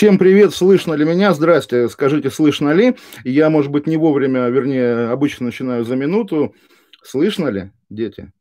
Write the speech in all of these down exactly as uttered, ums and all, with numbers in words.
Всем привет, слышно ли меня? Здрасте, скажите, слышно ли? Я, может быть, не вовремя, вернее, обычно начинаю за минуту. Слышно ли, дети?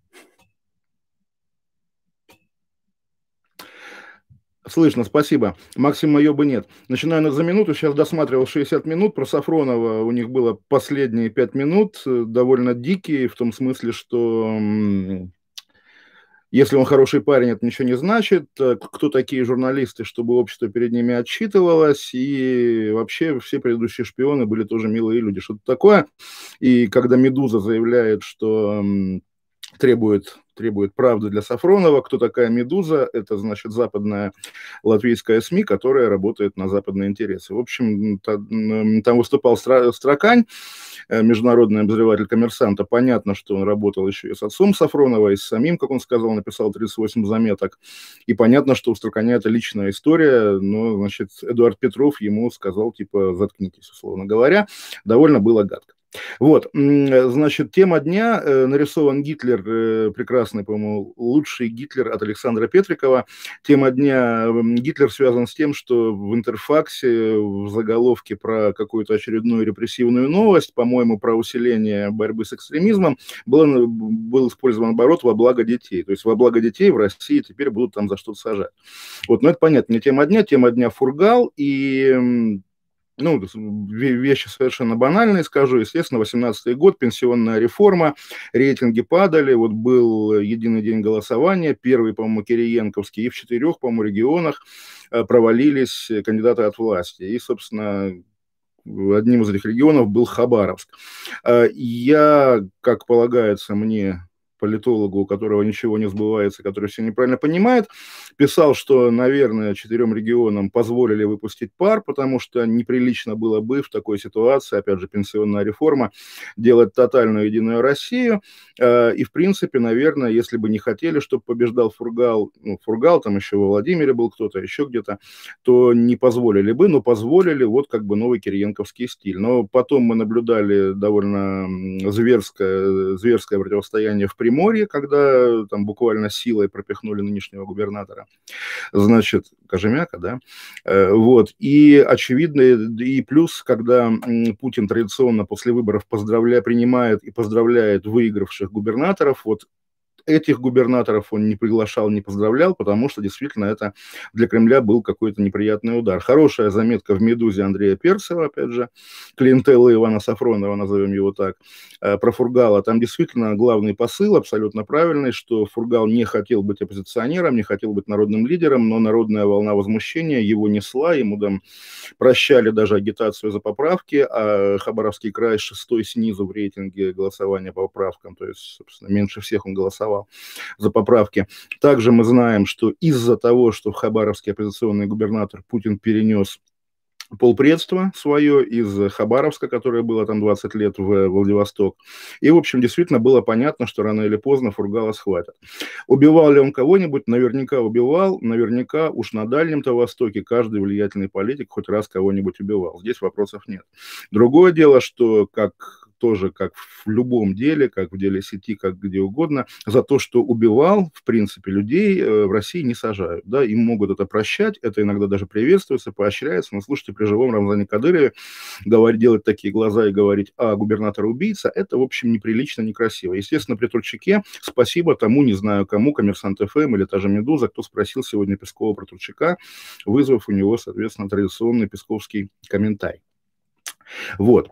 Слышно, спасибо. Максима Йоба нет. Начинаю на за минуту, сейчас досматривал шестьдесят минут. Про Сафронова у них было последние пять минут, э, довольно дикие, в том смысле, что м, если он хороший парень, это ничего не значит. Э, Кто такие журналисты, чтобы общество перед ними отчитывалось, и вообще все предыдущие шпионы были тоже милые люди. Что-то такое. И когда «Медуза» заявляет, что м, требует, требует правды для Сафронова. Кто такая «Медуза»? Это, значит, западная латвийская СМИ, которая работает на западные интересы. В общем, там выступал Строкань, международный обозреватель «Коммерсанта». Понятно, что он работал еще и с отцом Сафронова, и с самим, как он сказал, написал тридцать восемь заметок. И понятно, что у Строканя это личная история, но, значит, Эдуард Петров ему сказал, типа, заткнитесь, условно говоря. Довольно было гадко. Вот, значит, тема дня. Нарисован Гитлер, прекрасный, по-моему, лучший Гитлер от Александра Петрикова. Тема дня. Гитлер связан с тем, что в Интерфаксе в заголовке про какую-то очередную репрессивную новость, по-моему, про усиление борьбы с экстремизмом, был, был использован оборот во благо детей. То есть во благо детей в России теперь будут там за что-то сажать. Вот, но это понятно, не тема дня. Тема дня Фургал и... Ну, вещи совершенно банальные, скажу. Естественно, восемнадцатый год, пенсионная реформа, рейтинги падали. Вот был единый день голосования, первый, по-моему, Кириенковский, и в четырех, по-моему, регионах провалились кандидаты от власти. И, собственно, одним из этих регионов был Хабаровск. Я, как полагается мне, политологу, у которого ничего не сбывается, который все неправильно понимает, писал, что, наверное, четырем регионам позволили выпустить пар, потому что неприлично было бы в такой ситуации, опять же, пенсионная реформа, делать тотальную единую Россию. И, в принципе, наверное, если бы не хотели, чтобы побеждал Фургал, ну, Фургал, там еще во Владимире был кто-то, еще где-то, то не позволили бы, но позволили вот как бы новый кириенковский стиль. Но потом мы наблюдали довольно зверское, зверское противостояние в Приморье, когда там буквально силой пропихнули нынешнего губернатора, значит, Кожемяка, да, вот, и очевидно, и плюс, когда Путин традиционно после выборов поздравля, принимает и поздравляет выигравших губернаторов, вот, этих губернаторов он не приглашал, не поздравлял, потому что действительно это для Кремля был какой-то неприятный удар. Хорошая заметка в «Медузе» Андрея Перцева, опять же, клиентеллы Ивана Сафронова, назовем его так, про Фургала. Там действительно главный посыл абсолютно правильный, что Фургал не хотел быть оппозиционером, не хотел быть народным лидером, но народная волна возмущения его несла, ему там прощали даже агитацию за поправки, а Хабаровский край шестой снизу в рейтинге голосования по поправкам, то есть, собственно, меньше всех он голосовал за поправки. Также мы знаем, что из-за того, что в Хабаровске оппозиционный губернатор Путин перенес полпредство свое из Хабаровска, которое было там двадцать лет, в Владивосток. И, в общем, действительно было понятно, что рано или поздно Фургала схватят. Убивал ли он кого-нибудь? Наверняка убивал. Наверняка уж на Дальнем-то Востоке каждый влиятельный политик хоть раз кого-нибудь убивал. Здесь вопросов нет. Другое дело, что как тоже как в любом деле, как в деле сети, как где угодно, за то, что убивал, в принципе, людей в России не сажают. Да, им могут это прощать, это иногда даже приветствуется, поощряется. Но слушайте, при живом Рамзане Кадырове говорить, делать такие глаза и говорить, а губернатор убийца, это, в общем, неприлично, некрасиво. Естественно, при Турчаке спасибо тому, не знаю кому, Коммерсант ФМ или та же «Медуза», кто спросил сегодня Пескова про Турчака, вызвав у него, соответственно, традиционный песковский комментарий. Вот,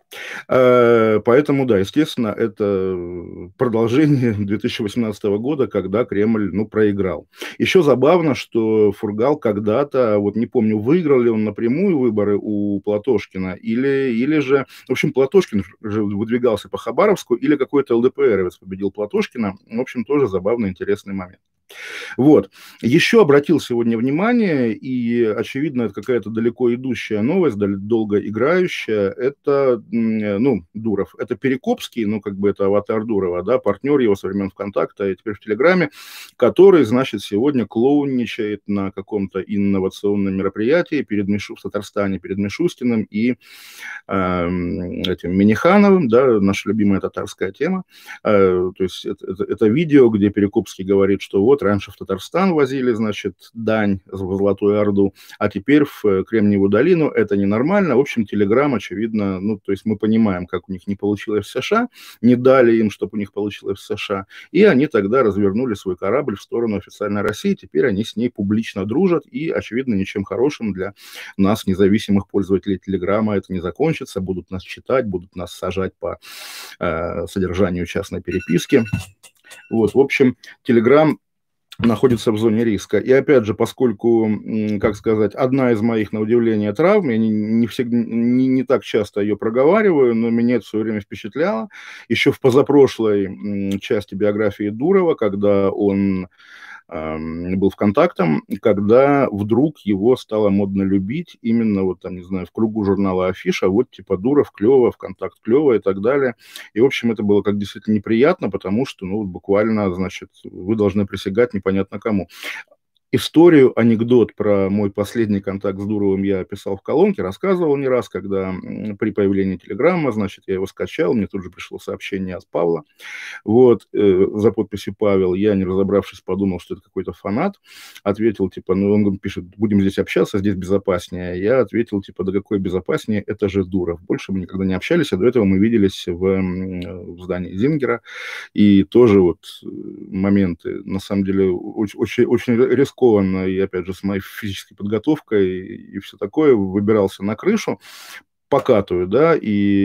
поэтому, да, естественно, это продолжение две тысячи восемнадцатого года, когда Кремль, ну, проиграл. Еще забавно, что Фургал когда-то, вот не помню, выиграл ли он напрямую выборы у Платошкина, или, или же, в общем, Платошкин же выдвигался по Хабаровску, или какой-то ЛДПРовец победил Платошкина, в общем, тоже забавный, интересный момент. Вот. Еще обратил сегодня внимание, и, очевидно, это какая-то далеко идущая новость, долго играющая, это, ну, Дуров, это Перекопский, ну, как бы это аватар Дурова, да, партнер его со времен ВКонтакта и теперь в Телеграме, который, значит, сегодня клоунничает на каком-то инновационном мероприятии перед Мишу, в Татарстане, перед Мишустиным и э, этим Минихановым, да, наша любимая татарская тема, э, то есть это, это, это видео, где Перекопский говорит, что вот раньше в Татарстан возили, значит, дань в Золотую Орду, а теперь в Кремниевую долину. Это ненормально. В общем, Телеграм, очевидно, ну, то есть мы понимаем, как у них не получилось в США, не дали им, чтобы у них получилось в США, и они тогда развернули свой корабль в сторону официальной России. Теперь они с ней публично дружат, и, очевидно, ничем хорошим для нас, независимых пользователей Телеграма, это не закончится. Будут нас читать, будут нас сажать по э, содержанию частной переписки. Вот, в общем, Telegram находится в зоне риска. И опять же, поскольку, как сказать, одна из моих, на удивление, травм, я не, не, всегда, не, не так часто ее проговариваю, но меня это в свое время впечатляло. Еще в позапрошлой части биографии Дурова, когда он был ВКонтактом, когда вдруг его стало модно любить именно вот там, не знаю, в кругу журнала Афиша, вот типа Дуров клево, ВКонтакт клево и так далее. И, в общем, это было как действительно неприятно, потому что, ну, буквально, значит, вы должны присягать непонятно кому. Историю, анекдот про мой последний контакт с Дуровым я писал в колонке, рассказывал не раз, когда при появлении Телеграма, значит, я его скачал, мне тут же пришло сообщение от Павла, вот, э, за подписью Павел, я, не разобравшись, подумал, что это какой-то фанат, ответил, типа, ну, он пишет, будем здесь общаться, здесь безопаснее, я ответил, типа, да какое безопаснее, это же Дуров, больше мы никогда не общались, а до этого мы виделись в, в здании Зингера, и тоже вот моменты, на самом деле, очень, очень, очень рискованные, и, опять же, с моей физической подготовкой и, и все такое, выбирался на крышу, покатую, да,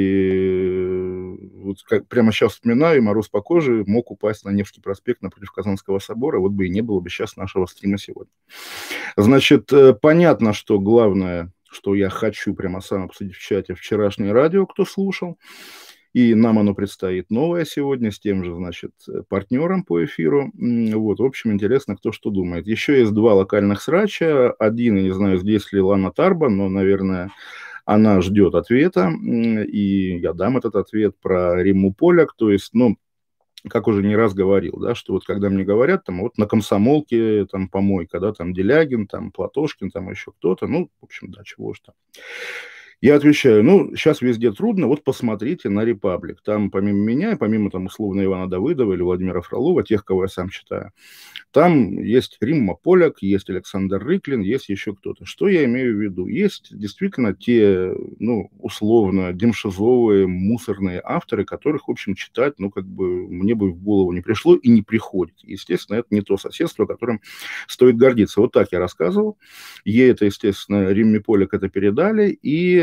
и вот как, прямо сейчас вспоминаю, мороз по коже, мог упасть на Невский проспект напротив Казанского собора, вот бы и не было бы сейчас нашего стрима сегодня. Значит, понятно, что главное, что я хочу прямо сам обсудить в чате, вчерашнее радио, кто слушал, и нам оно предстоит новое сегодня с тем же, значит, партнером по эфиру. Вот, в общем, интересно, кто что думает. Еще есть два локальных срача. Один, я не знаю, здесь ли Лана Тарба, но, наверное, она ждет ответа, и я дам этот ответ про Римму Поляк. То есть, ну, как уже не раз говорил, да, что вот когда мне говорят, там, вот на комсомолке, там, помойка, да, там, Делягин, там, Платошкин, там, еще кто-то, ну, в общем, да, чего ж там. Я отвечаю, ну, сейчас везде трудно, вот посмотрите на «Репаблик». Там помимо меня, помимо там условно Ивана Давыдова или Владимира Фролова, тех, кого я сам читаю, там есть Римма Поляк, есть Александр Рыклин, есть еще кто-то. Что я имею в виду? Есть действительно те, ну, условно, демшизовые, мусорные авторы, которых, в общем, читать, ну, как бы мне бы в голову не пришло и не приходит. Естественно, это не то соседство, которым стоит гордиться. Вот так я рассказывал. Ей это, естественно, Римме Поляк это передали, и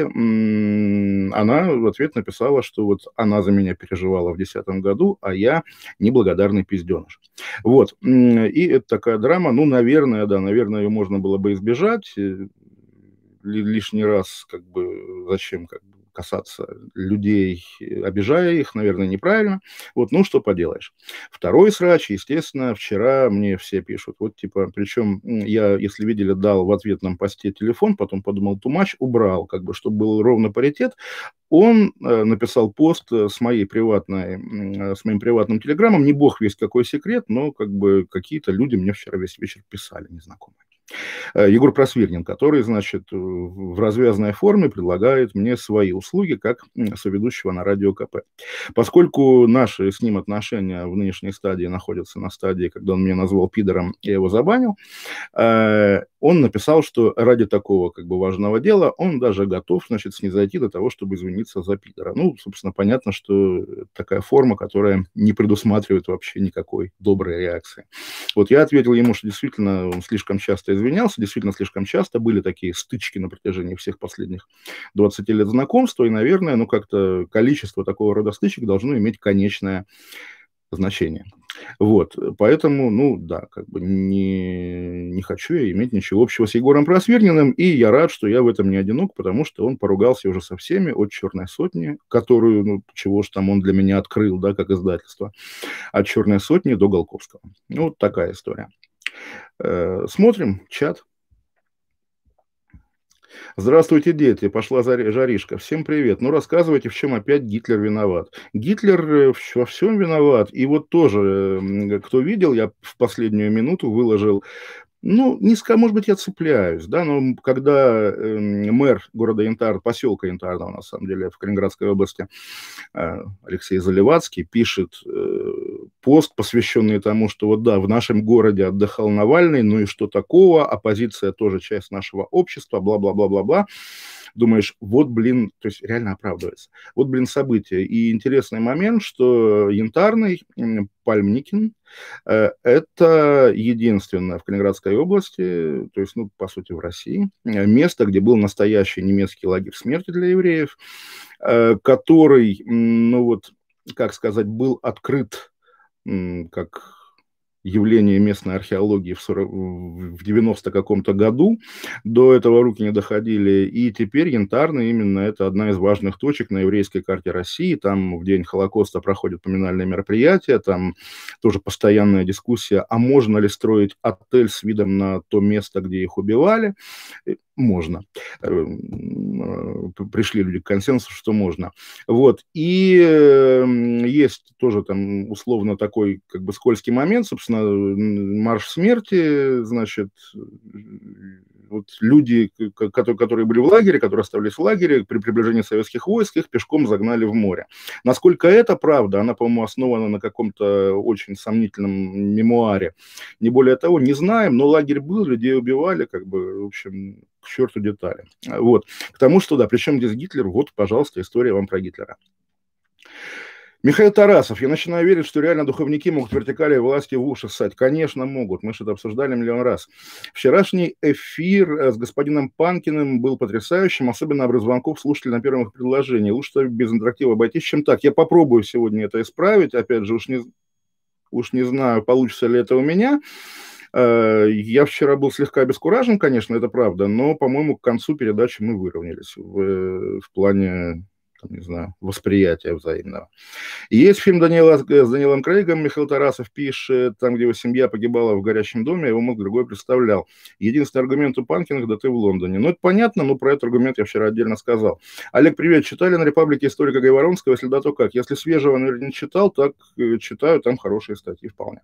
она в ответ написала, что вот она за меня переживала в две тысячи десятом году, а я неблагодарный пизденыш. Вот. И это такая драма. Ну, наверное, да, наверное, ее можно было бы избежать. Лишний раз, как бы, зачем, как бы, касаться людей, обижая их, наверное, неправильно. Вот, ну, что поделаешь. Второй срач, естественно, вчера мне все пишут. Вот, типа, причем я, если видели, дал в ответном посте телефон, потом подумал, too much, убрал, как бы, чтобы был ровно паритет. Он э, написал пост с моей приватной, э, с моим приватным телеграммом. Не бог весть какой секрет, но, как бы, какие-то люди мне вчера весь вечер писали, незнакомые. Егор Просвирнин, который, значит, в развязной форме предлагает мне свои услуги как соведущего на радио КП. Поскольку наши с ним отношения в нынешней стадии находятся на стадии, когда он меня назвал пидором, я его забанил, он написал, что ради такого, как бы, важного дела он даже готов, значит, снизойти до того, чтобы извиниться за пидора. Ну, собственно, понятно, что такая форма, которая не предусматривает вообще никакой доброй реакции. Вот я ответил ему, что действительно он слишком часто извинялся, действительно слишком часто были такие стычки на протяжении всех последних двадцати лет знакомства, и, наверное, ну, как-то количество такого рода стычек должно иметь конечное значение. Вот, поэтому, ну, да, как бы не, не хочу я иметь ничего общего с Егором Просвирниным, и я рад, что я в этом не одинок, потому что он поругался уже со всеми от «Черной сотни», которую, ну, чего ж там он для меня открыл, да, как издательство, от «Черной сотни» до Голковского. Ну, вот такая история. Смотрим чат. Здравствуйте, дети. Пошла жаришка. Всем привет. Ну, рассказывайте, в чем опять Гитлер виноват. Гитлер во всем виноват. И вот тоже, кто видел, я в последнюю минуту выложил Ну, низко, может быть, я цепляюсь, да, но когда э, мэр города Янтарь, поселка Янтарного, на самом деле, в Калининградской области, э, Алексей Заливацкий, пишет э, пост, посвященный тому, что вот да, в нашем городе отдыхал Навальный, ну и что такого, оппозиция тоже часть нашего общества, бла-бла-бла-бла-бла. Думаешь, вот, блин, то есть реально оправдывается. Вот, блин, событие. И интересный момент, что Янтарный, Пальмникин, э, это единственное в Калининградской области, то есть, ну, по сути, в России, э, место, где был настоящий немецкий лагерь смерти для евреев, э, который, ну вот, как сказать, был открыт м, как явление местной археологии в, сорок, в девяносто каком-то году. До этого руки не доходили. И теперь Янтарный именно это одна из важных точек на еврейской карте России. Там в день Холокоста проходят поминальные мероприятия. Там тоже постоянная дискуссия, а можно ли строить отель с видом на то место, где их убивали. Можно. Пришли люди к консенсусу, что можно. Вот. И есть тоже там условно такой как бы скользкий момент, собственно, марш смерти, значит, вот люди, которые, которые были в лагере, которые оставались в лагере, при приближении советских войск, их пешком загнали в море. Насколько это правда, она, по-моему, основана на каком-то очень сомнительном мемуаре. Не более того, не знаем, но лагерь был, людей убивали, как бы, в общем, к черту детали. Вот. К тому, что, да, причем здесь Гитлер, вот, пожалуйста, история вам про Гитлера. Михаил Тарасов. Я начинаю верить, что реально духовники могут вертикали власти в уши ссать. Конечно, могут. Мы что-то обсуждали миллион раз. Вчерашний эфир с господином Панкиным был потрясающим, особенно обрыв звонков слушателей на первых предложениях. Лучше без интерактива обойтись, чем так. Я попробую сегодня это исправить. Опять же, уж не, уж не знаю, получится ли это у меня. Я вчера был слегка обескуражен, конечно, это правда, но, по-моему, к концу передачи мы выровнялись в, в плане, там, не знаю, восприятия взаимного. И есть фильм Даниэла, с Даниэлом Крейгом, Михаил Тарасов пишет, там, где его семья погибала в горящем доме, его мозг другой представлял. Единственный аргумент у Панкиных, да ты в Лондоне. Ну, это понятно, но про этот аргумент я вчера отдельно сказал. Олег, привет. Читали на «Репаблике» историка Гайворонского? Если да, то как? Если свежего, наверное, не читал, так читаю, там хорошие статьи вполне.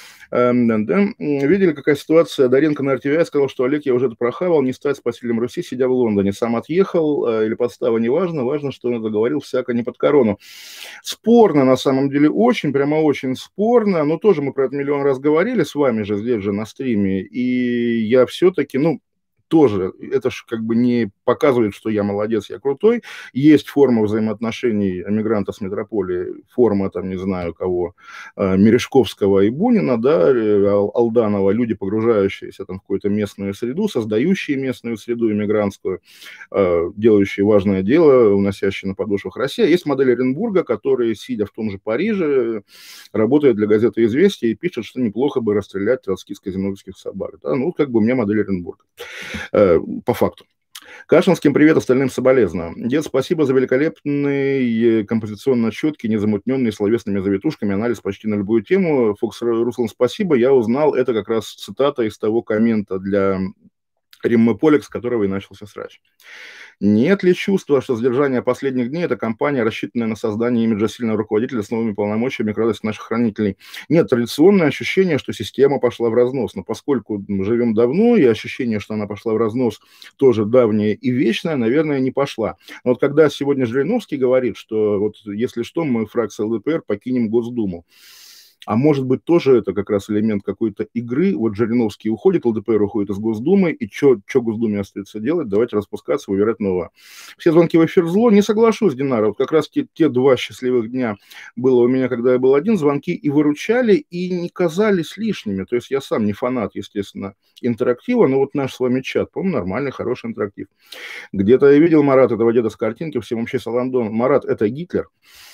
Эм, да. Видели, какая ситуация? Даренко на эр тэ вэ сказал, что Олег, я уже это прохавал, не стать спасителем Руси, сидя в Лондоне. Сам отъехал, э, или подстава, не важно, важно, что он это говорил всяко не под корону. Спорно, на самом деле, очень, прямо очень спорно, но тоже мы про это миллион раз говорили с вами же здесь же на стриме, и я все-таки, ну, тоже, это же как бы не показывает, что я молодец, я крутой. Есть форма взаимоотношений эмигранта с метрополией, форма, там, не знаю кого, Мережковского и Бунина, да, Алданова, люди, погружающиеся там в какую-то местную среду, создающие местную среду эмигрантскую, делающие важное дело, уносящие на подошвах России. Есть модель Оренбурга, который, сидя в том же Париже, работает для газеты «Известия» и пишет, что неплохо бы расстрелять троцкистско-зиновьевских собак. Да? Ну, как бы у меня модель Оренбурга. По факту. Кашинским привет, остальным соболезную. Дед, спасибо за великолепный, композиционно четкий, незамутненный словесными завитушками анализ почти на любую тему. Фокс Руслан, спасибо. Я узнал, это как раз цитата из того коммента для Риммы Полек, с которого и начался срач. Нет ли чувства, что содержание последних дней – это кампания, рассчитанная на создание имиджа сильного руководителя с новыми полномочиями к радости наших хранителей? Нет, традиционное ощущение, что система пошла в разнос. Но поскольку мы живем давно, и ощущение, что она пошла в разнос, тоже давнее и вечное, наверное, не пошла. Но вот когда сегодня Жириновский говорит, что вот если что, мы, фракция эл дэ пэ эр, покинем Госдуму, а может быть, тоже это как раз элемент какой-то игры. Вот Жириновский уходит, эл дэ пэ эр уходит из Госдумы, и что Госдуме остается делать? Давайте распускаться, выбирать новое. Все звонки в эфир зло. Не соглашусь, Динара. Вот как раз те, те два счастливых дня было у меня, когда я был один, звонки и выручали, и не казались лишними. То есть я сам не фанат, естественно, интерактива, но вот наш с вами чат, по-моему, нормальный, хороший интерактив. Где-то я видел, Марат, этого деда с картинки, всем вообще Саландон. Марат, это Гитлер.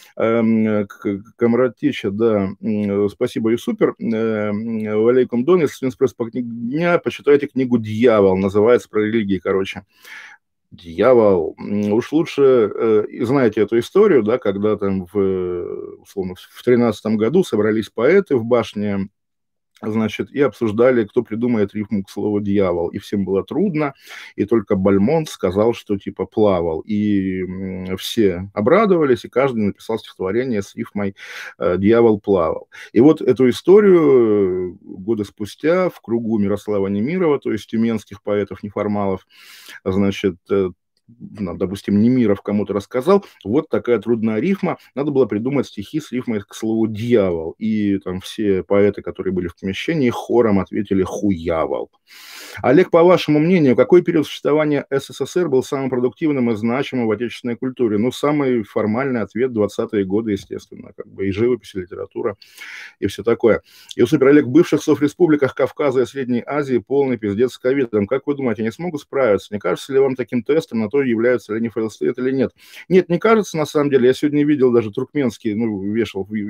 Камратича, да, спасибо и супер. Валейкум Дон, если спросит по книге дня, почитайте книгу «Дьявол», называется, про религии, короче. Дьявол. Уж лучше, знаете эту историю, да, когда там в, условно, в тринадцатом году собрались поэты в башне значит, и обсуждали, кто придумает рифму к слову «дьявол». И всем было трудно, и только Бальмонт сказал, что типа «плавал». И м, все обрадовались, и каждый написал стихотворение с рифмой э, «дьявол плавал». И вот эту историю э, годы спустя в кругу Мирослава Немирова, то есть тюменских поэтов-неформалов, значит, э, ну, допустим, Немиров кому-то рассказал, вот такая трудная рифма, надо было придумать стихи с рифмой к слову «дьявол». И там все поэты, которые были в помещении, хором ответили «хуявол». Олег, по вашему мнению, какой период существования СССР был самым продуктивным и значимым в отечественной культуре? Ну, самый формальный ответ – двадцатые годы, естественно, как бы и живопись, и литература, и все такое. И супер Олег, в бывших соцреспубликах Кавказа и Средней Азии полный пиздец с ковидом. Как вы думаете, они смогут справиться? Не кажется ли вам таким тестом на то, являются ли они фейлстейт или нет? Нет, не кажется, на самом деле. Я сегодня видел даже туркменский, ну, вешал в, в,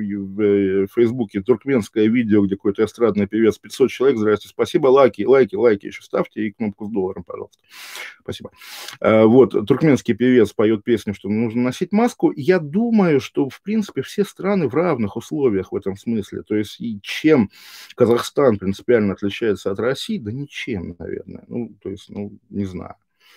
в Фейсбуке туркменское видео, где какой-то эстрадный певец, пятьсот человек, здрасте, спасибо, лайки, лайки, лайки еще ставьте и кнопку с долларом, пожалуйста. Спасибо. А, вот, туркменский певец поет песню, что нужно носить маску. Я думаю, что, в принципе, все страны в равных условиях в этом смысле. То есть, и чем Казахстан принципиально отличается от России? Да ничем, наверное. Ну, то есть, ну, не знаю.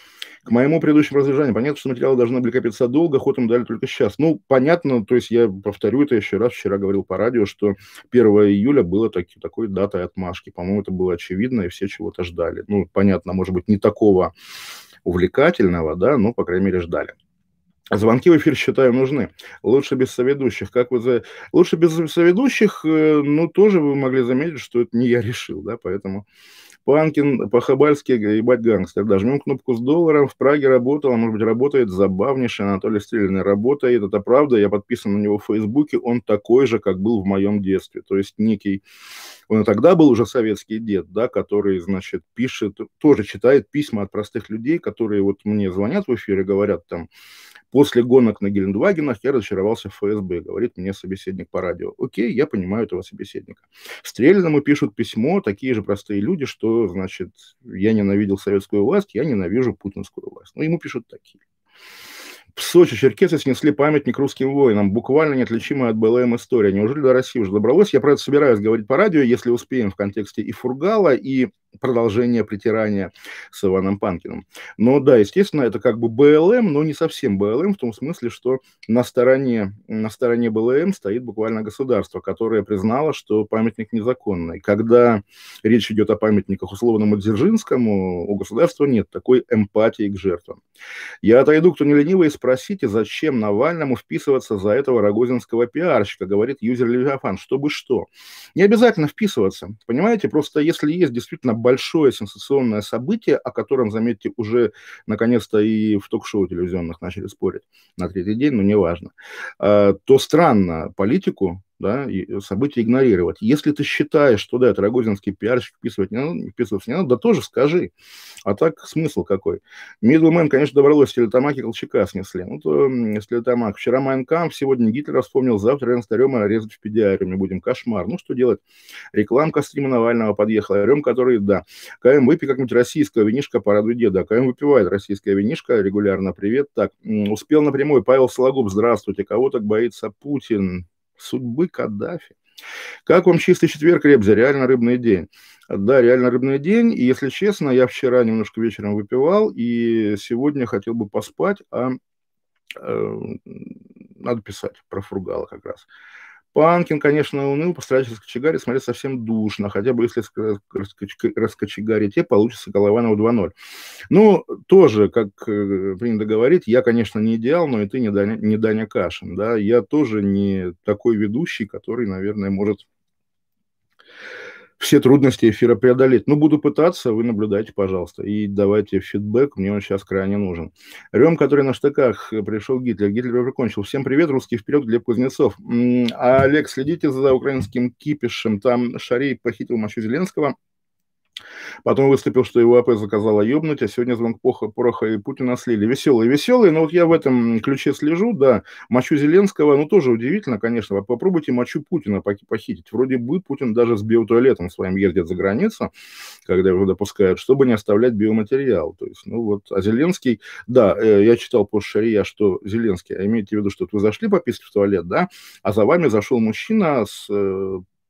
К моему предыдущему разложению понятно, что материалы должны были копиться долго, ход им дали только сейчас. Ну, понятно, то есть я повторю это еще раз, вчера говорил по радио, что первого июля было таки, такой датой отмашки. По-моему, это было очевидно, и все чего-то ждали. Ну, понятно, может быть, не такого увлекательного, да, но, по крайней мере, ждали. Звонки в эфир, считаю, нужны. Лучше без соведущих. Как вы за... Лучше без соведущих, э, ну, тоже вы могли заметить, что это не я решил, да, поэтому... Панкин по-хабальски, ебать, гангстер. Да, жмем кнопку с долларом. В Праге работал, а может быть, работает забавнейший Анатолий Стрелянный. Работает, это правда, я подписан на него в Фейсбуке. Он такой же, как был в моем детстве. То есть некий... Он и тогда был уже советский дед, да, который, значит, пишет, тоже читает письма от простых людей, которые вот мне звонят в эфире, говорят там, после гонок на Гелендвагенах я разочаровался в ФСБ, говорит мне собеседник по радио. Окей, я понимаю этого собеседника. Стрелянному пишут письмо такие же простые люди, что, значит, я ненавидел советскую власть, я ненавижу путинскую власть. Но ему пишут такие. В Сочи черкесы снесли памятник русским воинам, буквально неотличимая от БЛМ история. Неужели до России уже добралось? Я про это собираюсь говорить по радио, если успеем, в контексте и Фургала, и продолжение притирания с Иваном Панкиным. Но да, естественно, это как бы БЛМ, но не совсем БЛМ, в том смысле, что на стороне, на стороне БЛМ стоит буквально государство, которое признало, что памятник незаконный. Когда речь идет о памятниках условному Дзержинскому, у государства нет такой эмпатии к жертвам. Я отойду, кто не ленивый, и спросите, зачем Навальному вписываться за этого рогозинского пиарщика, говорит юзер Левиафан, чтобы что. Не обязательно вписываться, понимаете, просто если есть действительно большое сенсационное событие, о котором, заметьте, уже наконец-то и в ток-шоу телевизионных начали спорить на третий день, но неважно, то странно политику, да, и события игнорировать. Если ты считаешь, что да, это рогозинский пиарщик, вписывать не надо, вписываться не надо, да тоже скажи. А так смысл какой? Мидлмен, конечно, добралось, Стерлитамаки Колчака снесли. Ну, то Стерлитамак. Вчера Майнкамп, сегодня Гитлера вспомнил, завтра Ренста Рема резать в педиариуме будем. Кошмар. Ну, что делать? Рекламка стрима Навального подъехала. Рем, который, да. КМ, выпей как-нибудь российское винишко, порадуй деда. КМ выпивает российское винишко регулярно. Привет. Так, успел напрямую. Павел Сологуб, здравствуйте. Кого так боится Путин? Судьбы Каддафи. Как вам чистый четверг, Ребзя? Реально рыбный день. Да, реально рыбный день. И, если честно, я вчера немножко вечером выпивал, и сегодня хотел бы поспать, а э, надо писать про Фургала как раз. Панкин, конечно, уныл, постарайтесь раскочегарить, смотреть совсем душно, хотя бы если раскочегарить, и получится Голованова два ноль. Ну, тоже, как э, принято говорить, я, конечно, не идеал, но и ты не Даня, не Даня Кашин, да, я тоже не такой ведущий, который, наверное, может все трудности эфира преодолеть. Ну, буду пытаться, вы наблюдайте, пожалуйста, и давайте фидбэк, мне он сейчас крайне нужен. Рем, который на штыках, пришел Гитлер. Гитлер прикончил. Всем привет, русский вперед, Глеб Кузнецов. А, Олег, следите за украинским кипишем. Там Шарей похитил мощу Зеленского. Потом выступил, что его АП заказала ёбнуть, а сегодня звонок Пороха и Путина слили. Веселые, веселые, но вот я в этом ключе слежу, да. Мочу Зеленского, ну, тоже удивительно, конечно. Попробуйте мочу Путина похитить. Вроде бы Путин даже с биотуалетом своим ездит за границу, когда его допускают, чтобы не оставлять биоматериал. То есть, ну, вот, а Зеленский, да, я читал пост Шария, что Зеленский, а имейте в виду, что вы зашли пописать в туалет, да, а за вами зашел мужчина с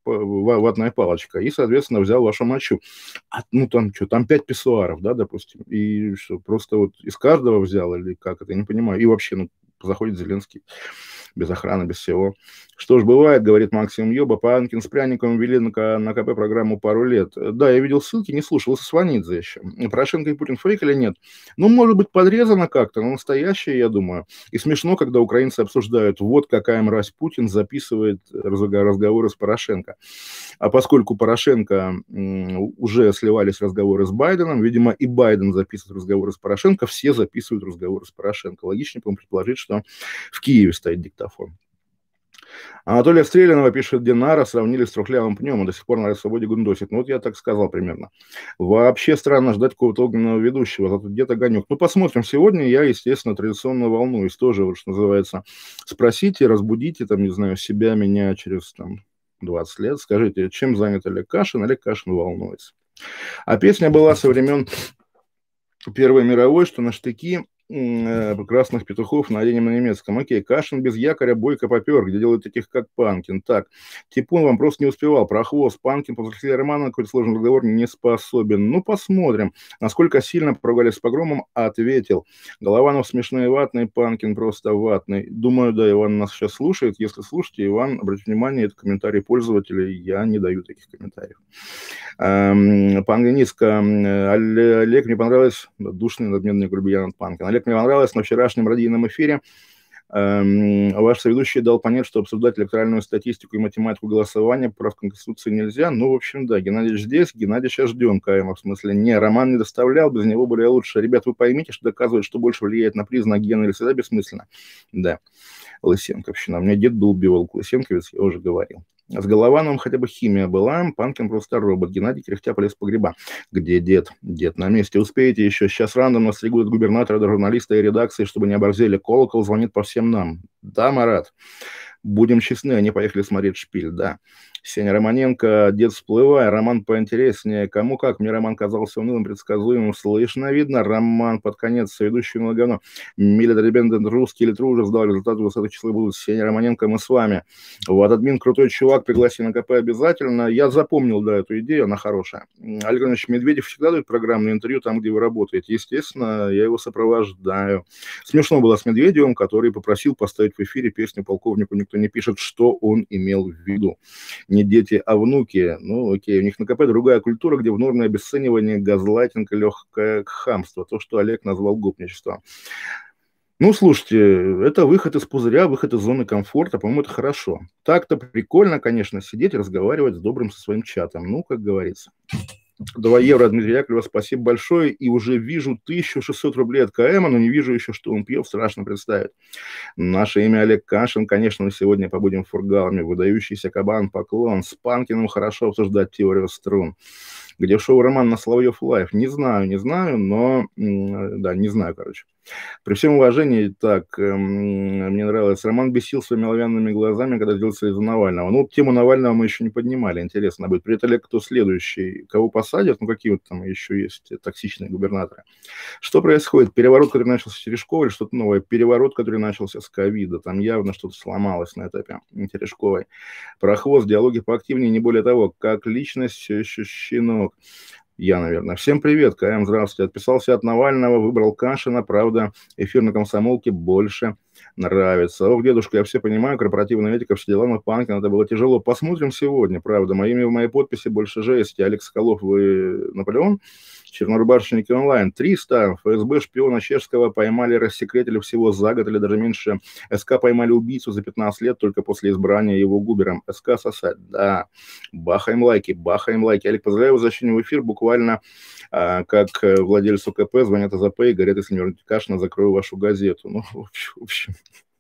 ватная палочка, и, соответственно, взял вашу мочу. А, ну, там что, там пять писсуаров, да, допустим, и что, просто вот из каждого взял или как это, я не понимаю. И вообще, ну, заходит Зеленский без охраны, без всего. Что ж, бывает, говорит Максим Йоба, Панкин с пряником ввели на, на КП программу пару лет. Да, я видел ссылки, не слушал, со Сванидзе еще. Порошенко и Путин фейк или нет? Ну, может быть, подрезано как-то, но настоящее, я думаю. И смешно, когда украинцы обсуждают, вот какая мразь Путин записывает разговоры с Порошенко. А поскольку Порошенко уже сливались разговоры с Байденом, видимо, и Байден записывает разговоры с Порошенко, все записывают разговоры с Порошенко. Логичнее, по-моему, предположить, что в Киеве стоит диктофон. Анатолия Стрелянова пишет, Динара сравнили с трухлявым пнем, и до сих пор на свободе гундосит. Ну, вот я так сказал примерно. Вообще странно ждать какого-то огненного ведущего, зато где-то огонек. Ну, посмотрим. Сегодня я, естественно, традиционно волнуюсь. Тоже, вот, что называется, спросите, разбудите, там, не знаю, себя, меня через, там, двадцать лет. Скажите, чем занят Олег Кашин? Олег Кашин волнуется. А песня была со времен Первой мировой, что на штыки красных петухов наденем на немецком. Окей, Кашин без якоря бойко попер, где делают таких, как Панкин. Так, Типун вам просто не успевал. Про хвост. Панкин после романа какой-то сложный разговор не способен. Ну, посмотрим, насколько сильно поругались с погромом, ответил. Голованов смешной и ватный, Панкин просто ватный. Думаю, да, Иван нас сейчас слушает. Если слушаете, Иван, обратите внимание, это комментарий пользователей. Я не даю таких комментариев. По-английски. Олег, мне понравилось. Душный, надменный грубиян от Панкина. Олег, мне понравилось на вчерашнем радийном эфире. Эм, ваш соведущий дал понять, что обсуждать электоральную статистику и математику голосования прав Конституции нельзя. Ну, в общем, да, Геннадий здесь, Геннадий сейчас ждем, КМ, в смысле, не, Роман не доставлял, без него более лучше. Ребят, вы поймите, что доказывает, что больше влияет на признак гена или всегда бессмысленно. Да, Лысенковщина. У меня дед был биолог Лысенковец, я уже говорил. С Головановым хотя бы химия была, Панкин просто робот. Геннадий кряхтя полез в погреба. Где дед? Дед на месте. Успеете еще. Сейчас рандомно стригут от губернатора до журналиста и редакции, чтобы не оборзели. Колокол звонит по всем нам. Да, Марат? Будем честны, они поехали смотреть «Шпиль», да. Сеня Романенко, дед всплывая, роман поинтереснее. Кому как, мне роман казался унылым, предсказуемым. Слышно, видно, роман под конец, ведущий на говно. Милитарибендент русский или уже сдал результаты высоты числа будут. Сеня Романенко, мы с вами. Вот, админ крутой чувак, пригласи на КП обязательно. Я запомнил, да, эту идею, она хорошая. Олег Иванович Медведев всегда дает программное интервью там, где вы работаете. Естественно, я его сопровождаю. Смешно было с Медведевым, который попросил поставить в эфире песню «Полковнику никто не пишет», что он имел в виду. Не дети, а внуки. Ну, окей, у них на КП другая культура, где в норме обесценивание, газлайтинг, легкое хамство. То, что Олег назвал гопничеством. Ну, слушайте, это выход из пузыря, выход из зоны комфорта. По-моему, это хорошо. Так-то прикольно, конечно, сидеть и разговаривать с добрым со своим чатом. Ну, как говорится. два евро от Дмитрия Яковлева, спасибо большое. И уже вижу тысячу шестьсот рублей от КМ, но не вижу еще, что он пьет, страшно представить. Наше имя Олег Кашин, конечно, мы сегодня побудем фургалами. Выдающийся кабан, поклон. С Панкиным хорошо обсуждать теорию струн. Где шоу Роман на Соловьев Лайв? Не знаю, не знаю, но... Да, не знаю, короче. При всем уважении, так, эм, мне нравилось, Роман бесил своими оловянными глазами, когда делался из-за Навального. Ну, тему Навального мы еще не поднимали, интересно будет. Привет, Олег, кто следующий? Кого посадят? Ну, какие вот там еще есть токсичные губернаторы? Что происходит? Переворот, который начался с Терешковой, или что-то новое? Переворот, который начался с ковида. Там явно что-то сломалось на этапе Терешковой. Про хвост, диалоги поактивнее, не более того, как личность все еще щенок. Я, наверное. Всем привет, КМ, здравствуйте. Отписался от Навального, выбрал Кашина, правда, эфир на комсомолке больше нравится. Ох, дедушка, я все понимаю, корпоративная этика, все дела, но Панкин, это было тяжело. Посмотрим сегодня, правда. Мои имя в моей подписи больше жести. Алекс Соколов, вы Наполеон? Чернорубашечники онлайн. триста. ФСБ шпиона чешского поймали, рассекретили всего за год или даже меньше. СК поймали убийцу за пятнадцать лет только после избрания его губером. СК сосать. Да. Бахаем лайки, бахаем лайки. Олег, поздравляю возвращение в эфир. Буквально а, как владельцу КП звонят АЗП и говорят, если не вернете Кашина, закрою вашу газету. Ну, в общем...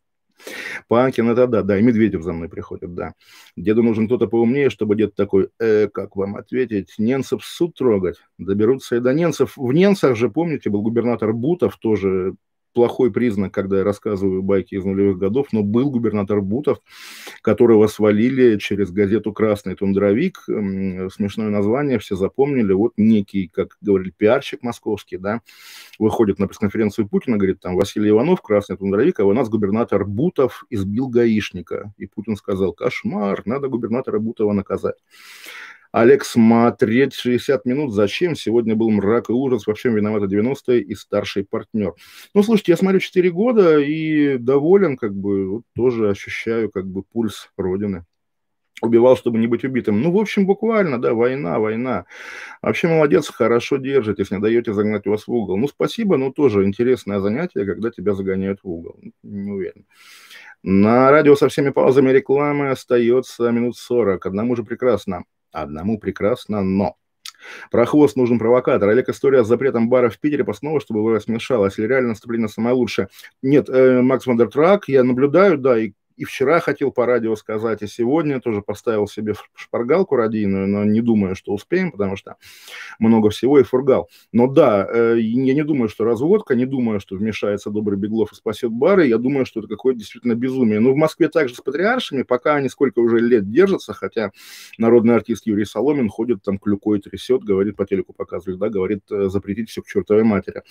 Панкин, это да, да, и Медведев за мной приходит, да. Деду нужен кто-то поумнее, чтобы дед такой, э, как вам ответить, ненцев в суд трогать, доберутся и до ненцев. В Ненцах же, помните, был губернатор Бутов, тоже плохой признак, когда я рассказываю байки из нулевых годов, но был губернатор Бутов, которого свалили через газету «Красный тундровик». Смешное название, все запомнили. Вот некий, как говорили, пиарщик московский, да, выходит на пресс-конференцию Путина, говорит, там, Василий Иванов, «Красный тундровик», а у нас губернатор Бутов избил гаишника. И Путин сказал: кошмар, надо губернатора Бутова наказать. Олег, смотреть шестьдесят минут зачем? Сегодня был мрак и ужас, во всем виноваты девяностые и старший партнер. Ну, слушайте, я смотрю четыре года и доволен, как бы, вот тоже ощущаю, как бы, пульс Родины. Убивал, чтобы не быть убитым. Ну, в общем, буквально, да, война, война. Вообще молодец, хорошо держитесь, не даете загнать вас в угол. Ну, спасибо, но тоже интересное занятие, когда тебя загоняют в угол. Не уверен. На радио со всеми паузами рекламы остается минут сорок. Одному же прекрасно. Одному прекрасно, но... Про хвост нужен провокатор. Олег, история с запретом бара в Питере снова, чтобы вы смешалось. Или реально наступление самое лучшее? Нет, э, Макс Вандертрак, я наблюдаю, да, и И вчера хотел по радио сказать, и сегодня тоже поставил себе шпаргалку радийную, но не думаю, что успеем, потому что много всего и фургал. Но да, я не думаю, что разводка, не думаю, что вмешается Добрый Беглов и спасет бары. Я думаю, что это какое-то действительно безумие. Но в Москве также с патриаршами, пока они сколько уже лет держатся, хотя народный артист Юрий Соломин ходит там клюкой трясет, говорит, по телеку показывает, да, говорит, запретить все к чертовой матери.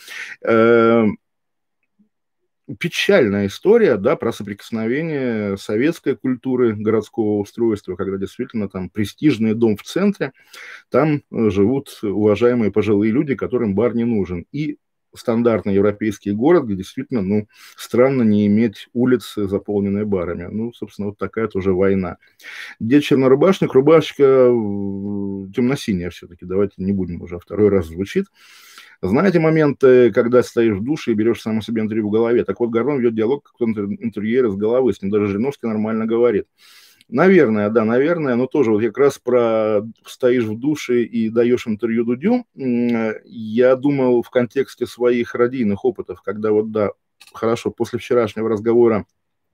Печальная история, да, про соприкосновение советской культуры городского устройства, когда действительно там престижный дом в центре, там живут уважаемые пожилые люди, которым бар не нужен. И стандартный европейский город, где действительно, ну, странно не иметь улицы, заполненные барами. Ну, собственно, вот такая тоже война. Дед чернорубашник, рубашка темно-синяя все-таки, давайте не будем уже, второй раз звучит. Знаете моменты, когда стоишь в душе и берешь саму себе интервью в голове? Так вот, Гордон ведет диалог, как кто-то интервьюер из головы, с ним даже Жириновский нормально говорит. Наверное, да, наверное, но тоже вот как раз про стоишь в душе и даешь интервью Дудю, я думал в контексте своих радийных опытов, когда вот, да, хорошо, после вчерашнего разговора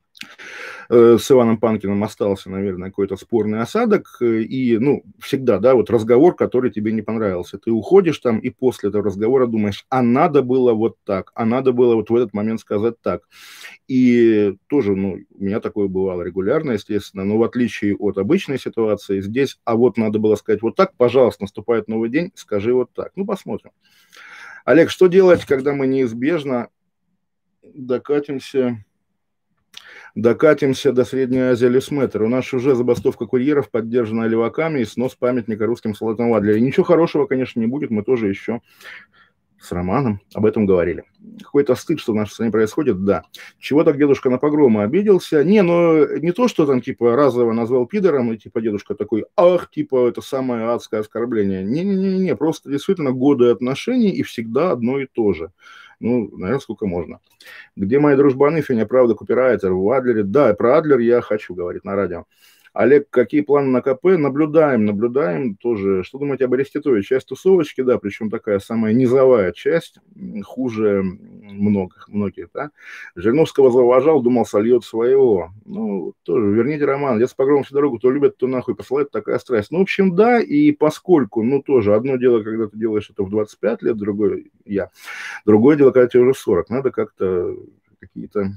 с Иваном Панкиным остался, наверное, какой-то спорный осадок, и, ну, всегда, да, вот разговор, который тебе не понравился, ты уходишь там, и после этого разговора думаешь, а надо было вот так, а надо было вот в этот момент сказать так, и тоже, ну, у меня такое бывало регулярно, естественно, но в отличие от обычной ситуации, здесь, а вот надо было сказать вот так, пожалуйста, наступает новый день, скажи вот так, ну, посмотрим. Олег, что делать, когда мы неизбежно докатимся... Докатимся до Средней Азии Лисметр. У нас уже забастовка курьеров, поддержанная леваками, и снос памятника русским солдатам в Адлере. Ничего хорошего, конечно, не будет. Мы тоже еще с Романом об этом говорили. Какой-то стыд, что в нашей стране происходит, да. Чего так дедушка на погромы обиделся? Не, ну не то, что там типа разово назвал пидором, и типа дедушка такой, ах, типа это самое адское оскорбление. Не-не-не, просто действительно годы отношений и всегда одно и то же. Ну, наверное, сколько можно. Где мои дружбаны, Феня, правда, копирайтер в Адлере? Да, про Адлер я хочу говорить на радио. Олег, какие планы на КП? Наблюдаем, наблюдаем тоже. Что думаете об Ареститове? Часть тусовочки, да, причем такая самая низовая часть, хуже многих, многих, да. Жириновского зауважал, думал, сольет своего. Ну, тоже, верните роман. Если погром всю дорогу, то любят, то нахуй посылает, такая страсть. Ну, в общем, да, и поскольку, ну, тоже, одно дело, когда ты делаешь это в двадцать пять лет, другое я. Другое дело, когда тебе уже сорок. Надо как-то какие-то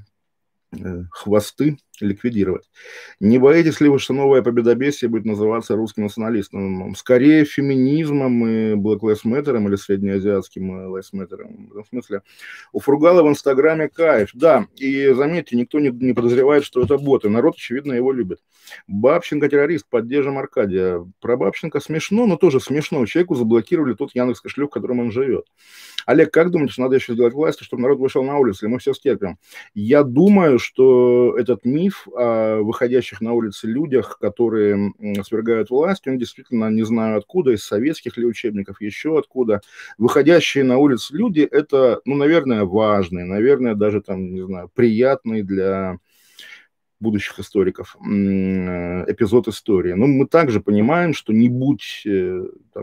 хвосты ликвидировать. Не боитесь ли вы, что новое победобесие будет называться русским националистом? Скорее феминизмом и Black Lives Matter или среднеазиатским Lives Matter. В этом смысле у Фургала в Инстаграме кайф. Да, и заметьте, никто не, не подозревает, что это боты. Народ, очевидно, его любит. Бабченко террорист, поддержим Аркадия. Про Бабченко смешно, но тоже смешно. Человеку заблокировали тот Яндекс кошелек, в котором он живет. Олег, как думаете, что надо еще сделать власти, чтобы народ вышел на улицу, или мы все стерпим? Я думаю, что этот миф о выходящих на улицы людях, которые свергают власть, он действительно, не знаю откуда, из советских ли учебников, еще откуда. Выходящие на улицы люди, это, ну, наверное, важные, наверное, даже там, не знаю, приятные для будущих историков эпизод истории. Но мы также понимаем, что не будь там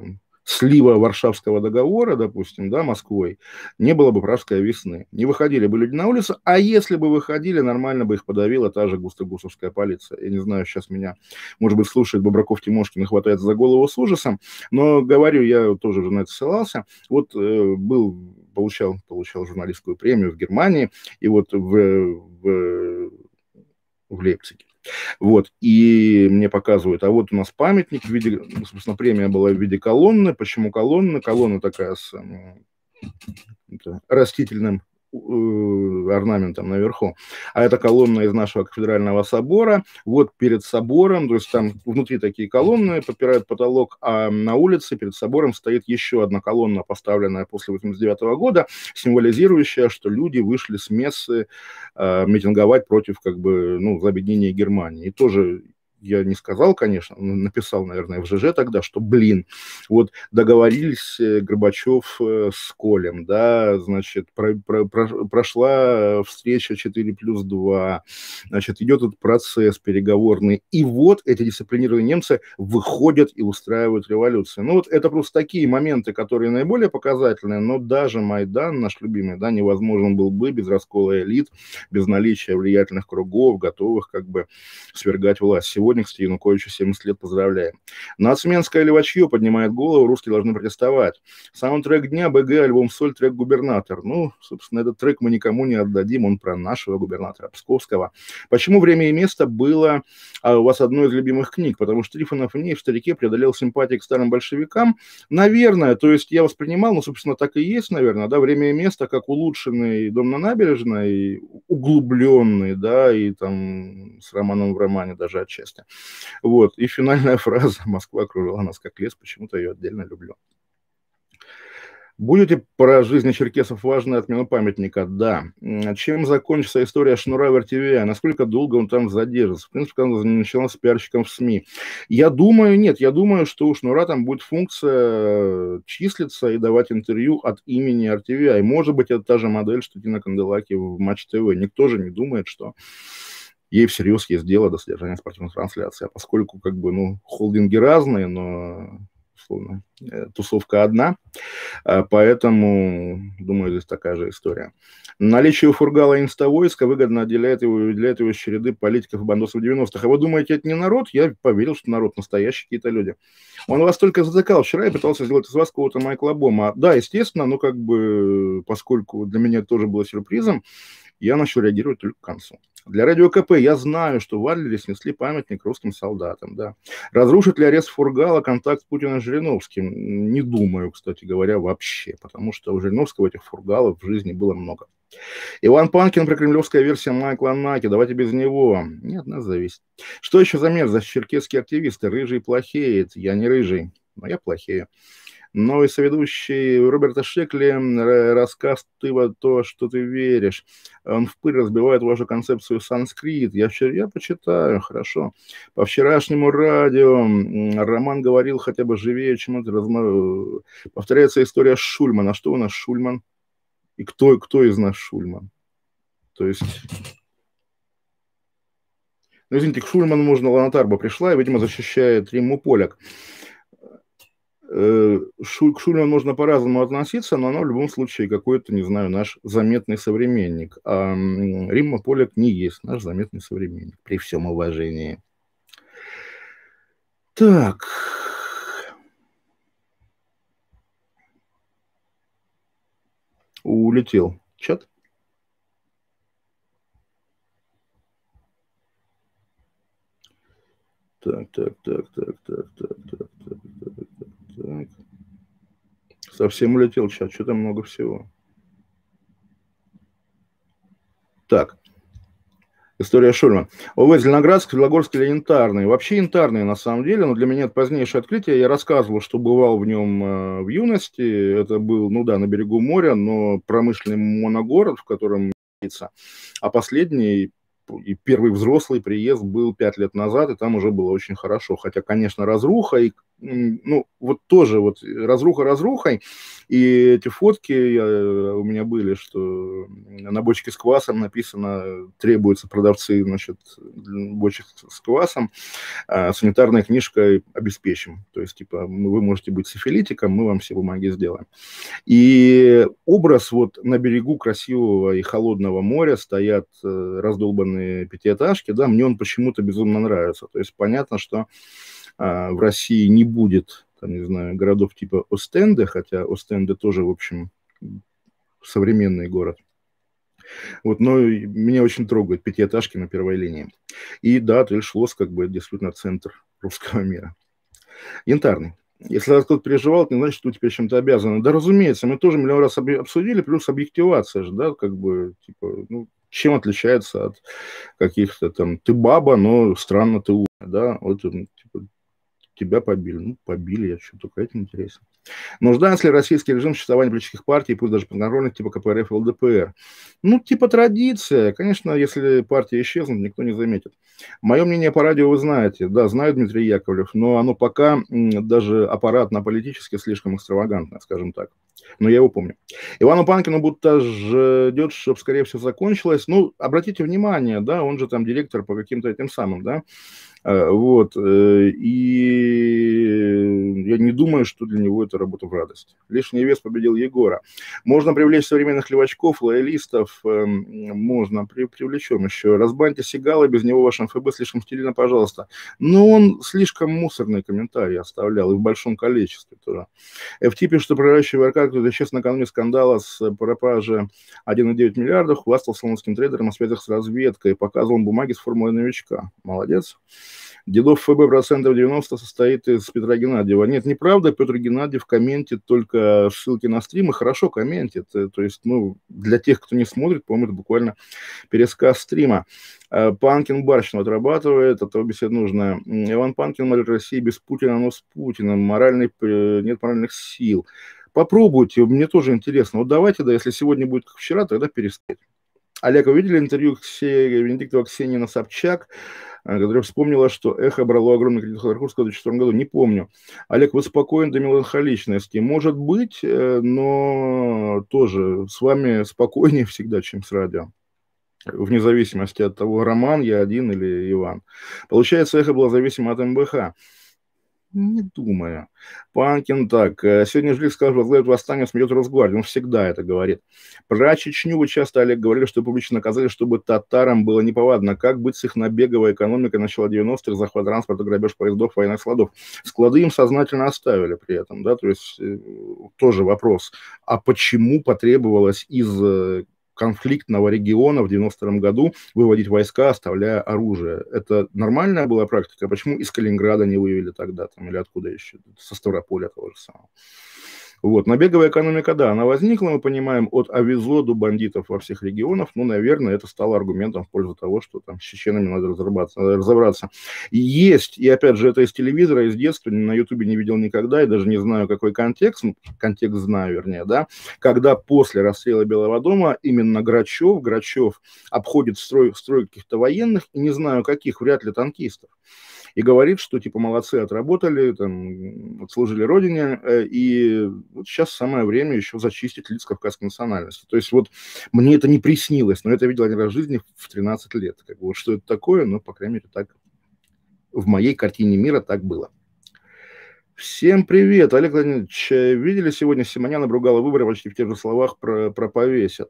слива Варшавского договора, допустим, да, Москвой, не было бы Пражской весны. Не выходили бы люди на улицу, а если бы выходили, нормально бы их подавила та же густо-гусовская полиция. Я не знаю, сейчас меня, может быть, слушает Бобраков Тимошкин и хватает за голову с ужасом, но говорю, я тоже уже на это ссылался. Вот э, был, получал, получал журналистскую премию в Германии, и вот в, в, в Лейпциге. Вот, и мне показывают, а вот у нас памятник в виде, собственно, премия была в виде колонны. Почему колонна? Колонна такая с это, растительным э, орнаментом наверху. А это колонна из нашего кафедрального собора. Вот перед собором, то есть там внутри такие колонны подпирают потолок, а на улице перед собором стоит еще одна колонна, поставленная после восемьдесят девятого года, символизирующая, что люди вышли с мессы э, митинговать против, как бы, ну, объединения Германии. И тоже я не сказал, конечно, написал, наверное, в ЖЖ тогда, что, блин, вот договорились Горбачев с Колем, да, значит, про, про, про, прошла встреча четыре плюс два, значит, идет этот процесс переговорный, и вот эти дисциплинированные немцы выходят и устраивают революцию. Ну, вот это просто такие моменты, которые наиболее показательные, но даже Майдан, наш любимый, да, невозможен был бы без раскола элит, без наличия влиятельных кругов, готовых, как бы, свергать власть. Сегодня, кстати, Януковичу семьдесят лет, поздравляем. Нацменское левачье поднимает голову, русские должны протестовать. Саундтрек дня, БГ, альбом «Соль», трек «Губернатор». Ну, собственно, этот трек мы никому не отдадим, он про нашего губернатора Псковского. Почему «Время и место» было а, у вас одной из любимых книг? Потому что Трифонов в ней в «Старике» преодолел симпатии к старым большевикам. Наверное, то есть я воспринимал, ну, собственно, так и есть, наверное, да, «Время и место» как улучшенный «Дом на набережной», углубленный, да, и там с романом в романе даже отчасти. Вот. И финальная фраза: «Москва окружала нас как лес», почему-то ее отдельно люблю. Будете про жизни черкесов важную отмену памятника? Да. Чем закончится история Шнура в эр тэ вэ? Насколько долго он там задержится? В принципе, он началась с пиарщиком в СМИ. Я думаю, нет, я думаю, что у Шнура там будет функция числиться и давать интервью от имени эр тэ вэ. И, может быть, это та же модель, что Тина Канделаки в Матч ТВ. Никто же не думает, что ей всерьез есть дело до содержания спортивных трансляций. А поскольку, как бы, ну, холдинги разные, но, условно, тусовка одна, поэтому, думаю, здесь такая же история. Наличие у Фургала инстовойска выгодно отделяет его, выделяет его из череды политиков и бандосов девяностых. А вы думаете, это не народ? Я поверил, что народ настоящий, какие-то люди. Он вас только затыкал вчера и пытался сделать из вас какого-то Майкла Бома. Да, естественно, но как бы, поскольку для меня это тоже было сюрпризом, я начал реагировать только к концу. Для Радио ка пэ я знаю, что в Адлере снесли памятник русским солдатам. Да. Разрушит ли арест Фургала контакт Путина с Жириновским? Не думаю, кстати говоря, вообще, потому что у Жириновского этих Фургалов в жизни было много. Иван Панкин про кремлевская версия Майкла Наки. Давайте без него. Не от нас зависит. Что еще за мерзость? Черкесские активисты. Рыжий плохеет. Я не рыжий, но я плохею. Новый соведущий Роберта Шекли, рассказ «Ты во то, что ты веришь». Он в пыль разбивает вашу концепцию санскрит. Я, вчера, я почитаю, хорошо. По вчерашнему радио Роман говорил хотя бы живее, чем это. Разма... Повторяется история Шульмана. Что у нас Шульман? И кто, кто из нас Шульман? То есть... Ну, извините, к Шульману можно Ланатарба пришла и, видимо, защищает Римму Поляк. Шу, к Шульману можно по-разному относиться, но она в любом случае какой-то, не знаю, наш заметный современник. А Римма Поляк не есть наш заметный современник, при всем уважении. Так. Улетел чат. Так, так, так, так, так, так, так, так, так, так. Совсем улетел чат, что там много всего. Так. История Шульман. ОВ Зеленоградск, Белогорск или Янтарный. Вообще Янтарный на самом деле, но для меня это позднейшее открытие. Я рассказывал, что бывал в нем э, в юности. Это был, ну да, на берегу моря, но промышленный моногород, в котором... А последний и первый взрослый приезд был пять лет назад, и там уже было очень хорошо. Хотя, конечно, разруха, и, ну, вот тоже вот разруха разрухой, и эти фотки я, у меня были, что на бочке с квасом написано, требуются продавцы, значит, бочек с квасом, а санитарной книжкой обеспечим. То есть, типа, вы можете быть сифилитиком, мы вам все бумаги сделаем. И образ вот на берегу красивого и холодного моря стоят раздолбанные пятиэтажки, да, мне он почему-то безумно нравится. То есть понятно, что а, в России не будет, там, не знаю, городов типа Остенде, хотя Остенде тоже, в общем, современный город. Вот, но меня очень трогают пятиэтажки на первой линии. И да, Тель-Шлосс как бы действительно центр русского мира. Янтарный. Если кто-то переживал, это не значит, что вы теперь чем-то обязаны. Да, разумеется, мы тоже миллион раз обсудили, плюс объективация же, да, как бы, типа, ну, чем отличается от каких-то там, ты баба, но странно ты умная, да, вот, типа, тебя побили. Ну, побили, я что, только этим интересен. Нуждается ли российский режим в существовании политических партий, пусть даже подконтрольных, типа ка пэ эр эф и эл дэ пэ эр? Ну, типа традиция. Конечно, если партии исчезнут, никто не заметит. Мое мнение по радио вы знаете. Да, знаю Дмитрий Яковлев, но оно пока даже аппаратно-политически слишком экстравагантное, скажем так. Но я его помню. Ивану Панкину будто ждет, чтобы скорее всего закончилось. Ну, обратите внимание, да, он же там директор по каким-то этим самым, да, вот, и я не думаю, что для него это работа в радость. Лишний вес победил Егора. Можно привлечь современных левачков, лоялистов, можно, привлечем еще. Разбаньте Сигала, без него ваш эм эф бэ слишком стильно, пожалуйста. Но он слишком мусорные комментарии оставлял, и в большом количестве тоже. эф ти пишет, что проращивая эр ка, кто-то сейчас накануне скандала с пропажей один целых девять десятых миллиардов, хвастался лондонским трейдером о связях с разведкой, показывал бумаги с формулой новичка. Молодец. Дедов эф бэ процентов девяносто состоит из Петра Геннадьева. Нет, неправда, Петр Геннадьев комментит только ссылки на стримы, хорошо комментит. То есть, ну, для тех, кто не смотрит, по-моему, это буквально пересказ стрима. Панкин барщину отрабатывает, это беседа нужная. Иван Панкин, мэр России без Путина, но с Путиным. Моральный, нет моральных сил. Попробуйте, мне тоже интересно. Вот давайте, да, если сегодня будет как вчера, тогда перестать. Олег, вы видели интервью Ксении Венедиктова Ксении на Собчак, которая вспомнила, что «Эхо» брало огромный кредит Ходорковского в две тысячи четвёртом году? Не помню. Олег, вы спокоен до меланхоличности. Может быть, но тоже с вами спокойнее всегда, чем с радио. Вне зависимости от того, Роман, я один или Иван. Получается, «Эхо» было зависимо от эм бэ ха. Не думаю. Панкин так. Сегодня Жлик сказал, что возглавит восстание, смеет Росгвардию. Он всегда это говорит. Про Чечню вы часто, Олег, говорили, что публично наказали, чтобы татарам было неповадно. Как быть с их набеговой экономикой начала девяностых, захват транспорта, грабеж поездов, военных складов? Склады им сознательно оставили при этом, да, то есть тоже вопрос. А почему потребовалось из конфликтного региона в девяносто втором году выводить войска, оставляя оружие? Это нормальная была практика? Почему из Калининграда не вывели тогда, там, или откуда еще? Со Ставрополя того же самого. Вот. Набеговая экономика, да, она возникла, мы понимаем, от Авизо до бандитов во всех регионах. Ну, наверное, это стало аргументом в пользу того, что там с чеченами надо разобраться, надо разобраться. И есть, и опять же, это из телевизора, из детства, на Ютубе не видел никогда, и даже не знаю, какой контекст, ну, контекст знаю, вернее, да, когда после расстрела Белого дома именно Грачев, Грачев обходит строй, строй каких-то военных, и не знаю каких, вряд ли танкистов, и говорит, что типа молодцы, отработали, там, отслужили родине, и вот сейчас самое время еще зачистить лиц кавказской национальности. То есть вот мне это не приснилось, но это видел один раз в жизни в тринадцать лет. Как бы, вот что это такое, ну, по крайней мере, так в моей картине мира так было. Всем привет, Олег Владимирович. Видели сегодня Симонян обругала выборы почти в тех же словах про, про повесят?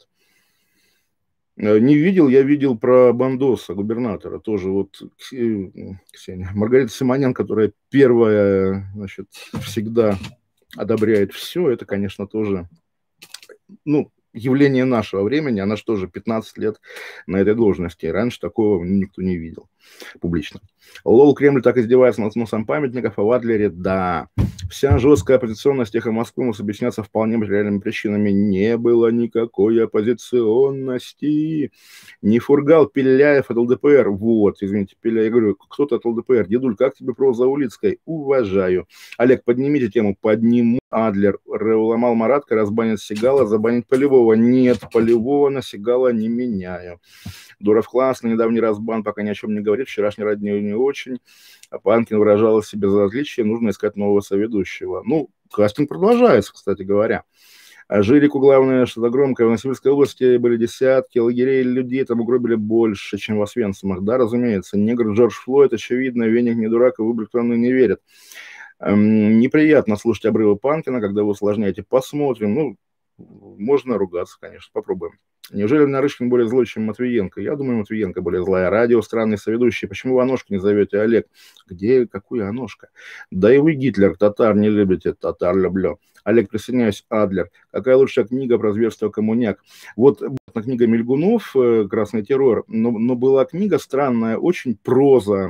Не видел, я видел про Бандоса, губернатора, тоже вот Ксения. Маргарита Симонян, которая первая, значит, всегда одобряет все, это, конечно, тоже, ну, явление нашего времени, она же тоже пятнадцать лет на этой должности, раньше такого никто не видел. публично. Лол, Кремль так издевается над сносом памятников, а в Адлере, да. Вся жесткая оппозиционность Эхо Москвы может объясняться вполне материальными причинами. Не было никакой оппозиционности. Не Фургал, Пеляев от ЛДПР. Вот, извините, Пеляев. Я говорю, кто-то от ЛДПР. Дедуль, как тебе проза Улицкой? Уважаю. Олег, поднимите тему. Подниму. Адлер. Уломал Маратка, разбанит Сигала, забанить Полевого. Нет, Полевого на Сигала не меняю. Дуров классный, недавний разбан, пока ни о чем не говорит, вчерашний родню не очень. А Панкин выражал себе безразличие, нужно искать нового соведущего. Ну, кастинг продолжается, кстати говоря. А Жирику главное, что-то громкое. В Новосибирской области были десятки лагерей людей, там угробили больше, чем в Освенцимах. Да, разумеется, негр Джордж Флойд, очевидно, веник не дурак, и в выбор страны не верит. Эм, неприятно слушать обрывы Панкина, когда вы усложняете. Посмотрим. Ну, можно ругаться, конечно, попробуем. Неужели Нарышкин более злой, чем Матвиенко? Я думаю, Матвиенко более злая. Радио, странный соведущий. Почему вы Аношку не зовете, Олег? Где, какую Аношка? Да и вы, Гитлер, татар не любите. Татар люблю. Олег, присоединяюсь, Адлер. Какая лучшая книга про зверство коммуняк? Вот книга Мельгунов «Красный террор», но, но была книга странная, очень проза.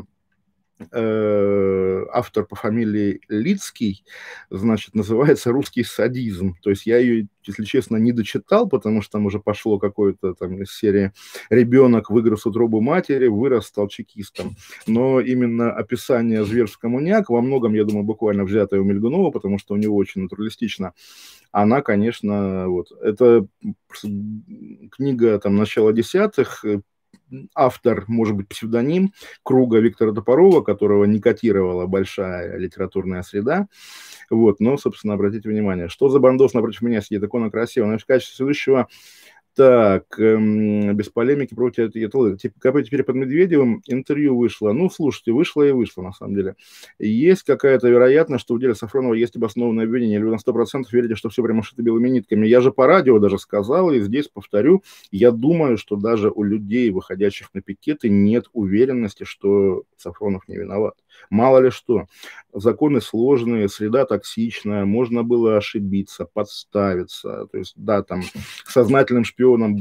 Автор по фамилии Лицкий, значит, называется «Русский садизм». То есть я ее, если честно, не дочитал, потому что там уже пошло какое-то там из серии «Ребенок вырос утробу матери, вырос, стал чекистом». Но именно описание зверств коммуняк, во многом, я думаю, буквально взятое у Мельгунова, потому что у него очень натуралистично, она, конечно, вот, это книга там начала десятых, автор, может быть, псевдоним круга Виктора Топорова, которого не котировала большая литературная среда. Вот, но, собственно, обратите внимание, что за бандос напротив меня сидит, икона красивая. Но в качестве следующего, так, эм, без полемики против этого. Типа, теперь под Медведевым интервью вышло. Ну, слушайте, вышло и вышло, на самом деле. Есть какая-то вероятность, что в деле Сафронова есть обоснованное обвинение, или вы на сто процентов верите, что все прямо шито белыми нитками? Я же по радио даже сказал, и здесь повторю, я думаю, что даже у людей, выходящих на пикеты, нет уверенности, что Сафронов не виноват. Мало ли что. Законы сложные, среда токсичная, можно было ошибиться, подставиться. То есть, да, там, сознательным шпионом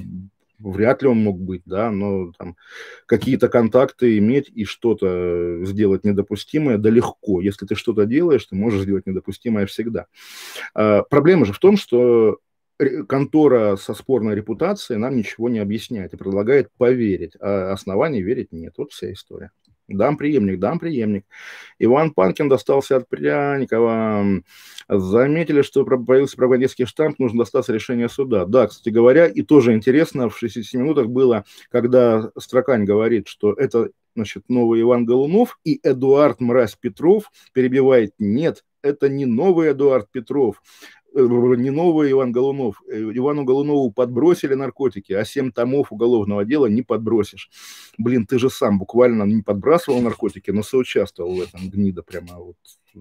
вряд ли он мог быть, да, но там какие-то контакты иметь и что-то сделать недопустимое, да легко. Если ты что-то делаешь, ты можешь сделать недопустимое всегда. А, проблема же в том, что контора со спорной репутацией нам ничего не объясняет и предлагает поверить, а оснований верить нет. Вот вся история. Дам преемник, дам преемник. Иван Панкин достался от Пряникова. Заметили, что появился пропагандистский штамп, нужно достаться решения суда. Да, кстати говоря, и тоже интересно, в шестидесяти минутах было, когда Строкань говорит, что это, значит, новый Иван Голунов, и Эдуард Мразь Петров перебивает: нет, это не новый Эдуард Петров, не новый Иван Голунов. Ивану Голунову подбросили наркотики, а семь томов уголовного дела не подбросишь. Блин, ты же сам буквально не подбрасывал наркотики, но соучаствовал в этом, гнида прямо вот.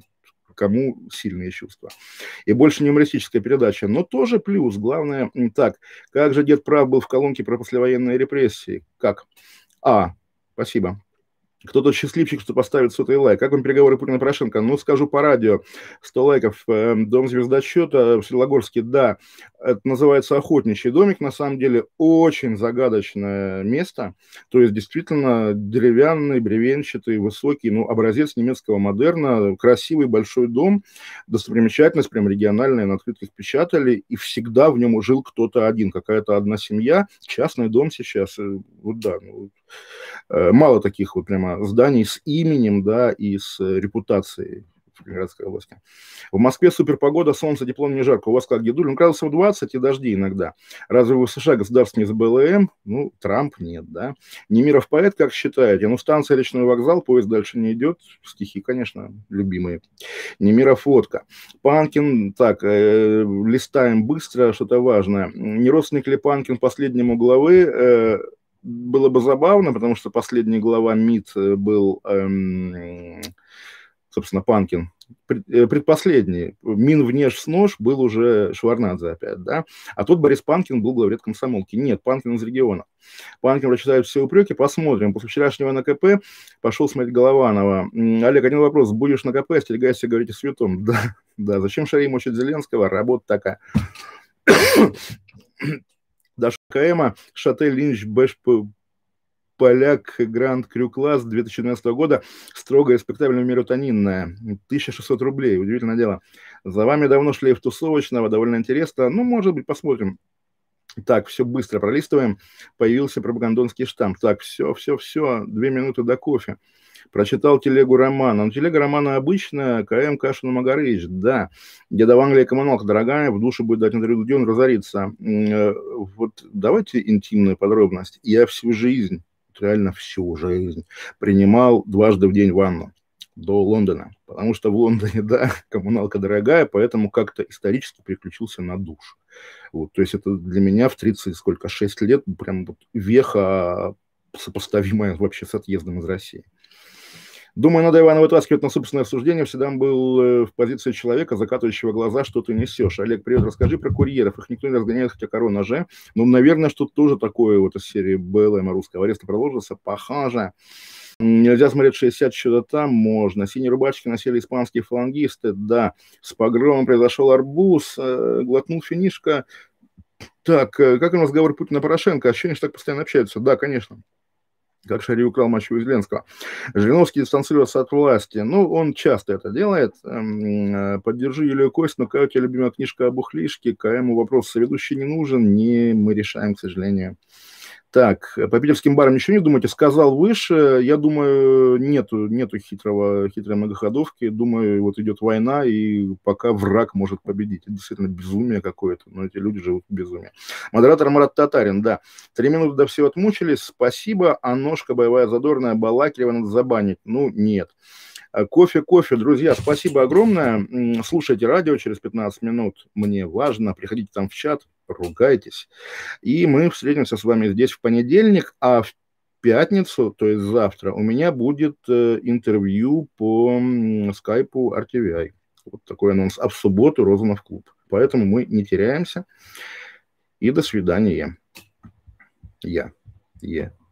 Кому сильные чувства. И больше не юмористическая передача, но тоже плюс. Главное, так, как же дед прав был в колонке про послевоенные репрессии? Как? А, спасибо. Кто-то счастливчик, что поставит сотый лайк. Как вам переговоры Путина и Порошенко? Ну, скажу по радио. сто лайков. Дом звездочета в Светлогорске, да. Это называется охотничий домик. На самом деле, очень загадочное место. То есть, действительно, деревянный, бревенчатый, высокий, ну, образец немецкого модерна. Красивый большой дом. Достопримечательность, прям региональная, на открытках печатали. И всегда в нем жил кто-то один. Какая-то одна семья. Частный дом сейчас. Вот да, ну, мало таких вот прямо зданий с именем, да, и с репутацией в Ленинградской области. В Москве супер погода, солнце, тепло, не жарко. У вас как, дедуль? Ну, градусов двадцать и дожди иногда. Разве в США государство не с БЛМ? Ну, Трамп нет, да. Немиров поэт, как считаете? Ну, станция Речной вокзал, поезд дальше не идет. Стихи, конечно, любимые. Немиров водка. Панкин, так, э, листаем быстро, что-то важное. Не родственник ли Панкин последнему главы? Э, Было бы забавно, потому что последний глава МИД был, эм, собственно, Панкин. Предпоследний, Минвнешснож, был уже Шварнадзе опять, да? А тут Борис Панкин был главред комсомолки. Нет, Панкин из региона. Панкин прочитает все упреки, посмотрим. После вчерашнего на КП пошел смотреть Голованова. Олег, один вопрос. Будешь на КП, остерегайся говорить о святом. Да, да. Зачем Шарий мучить Зеленского? Работа такая. Даша Каэма, Шатель, Линч, Бэш, поляк Гранд Крю класс две тысячи двенадцатого года, строгая респектабельная меротонинная, тысяча шестьсот рублей, удивительное дело. За вами давно шлейф тусовочного, довольно интересно, ну, может быть, посмотрим. Так, все быстро пролистываем, появился пропагандонский штамп. Так, все, все, все, две минуты до кофе. Прочитал телегу романа. Ну, телега романа обычная, КМ Кашин Магарыч, да. Деда в Англии коммуналка дорогая, в душе будет дать интервью, где он разорится. Вот давайте интимную подробность. Я всю жизнь, реально всю жизнь, принимал дважды в день ванну до Лондона. Потому что в Лондоне, да, коммуналка дорогая, поэтому как-то исторически переключился на душ. Вот, то есть это для меня в тридцать, сколько, шесть лет, прям вот веха, сопоставимая вообще с отъездом из России. Думаю, надо Ивана вытаскивать на собственное обсуждение. Всегда был в позиции человека, закатывающего глаза, что ты несешь. Олег, привет, расскажи про курьеров. Их никто не разгоняет, хотя корона же. Ну, наверное, что-то тоже такое вот из серии БЛМ русского ареста продолжится. Похоже. Нельзя смотреть шестьдесят, что-то там можно. Синие рубашки носили испанские фалангисты, да. С погромом произошел арбуз, глотнул финишка. Так, как у нас разговор Путина-Порошенко? Ощущение, что так постоянно общаются. Да, конечно. Как Шарий украл мочу из Зеленского. Жириновский дистанцируется от власти. Ну, он часто это делает. Поддержи Юлию Костину. Какая у тебя любимая книжка об ухлишке? КМу вопрос соведущий не нужен. Не, мы решаем, к сожалению. Так, по питерским барам ничего не думаете? Сказал выше. Я думаю, нету, нету хитрого, хитрой многоходовки. Думаю, вот идет война, и пока враг может победить. Это действительно безумие какое-то. Но эти люди живут в безумии. Модератор Марат Татарин, да. Три минуты до всего отмучились. Спасибо. А ножка боевая задорная. Балакирева надо забанить. Ну, нет. Кофе, кофе, друзья, спасибо огромное. Слушайте радио через пятнадцать минут. Мне важно. Приходите там в чат, ругайтесь. И мы встретимся с вами здесь в понедельник, а в пятницу, то есть завтра, у меня будет интервью по скайпу ар ти ви ай. Вот такой анонс. А в субботу Розанов клуб. Поэтому мы не теряемся. И до свидания. Я. Я.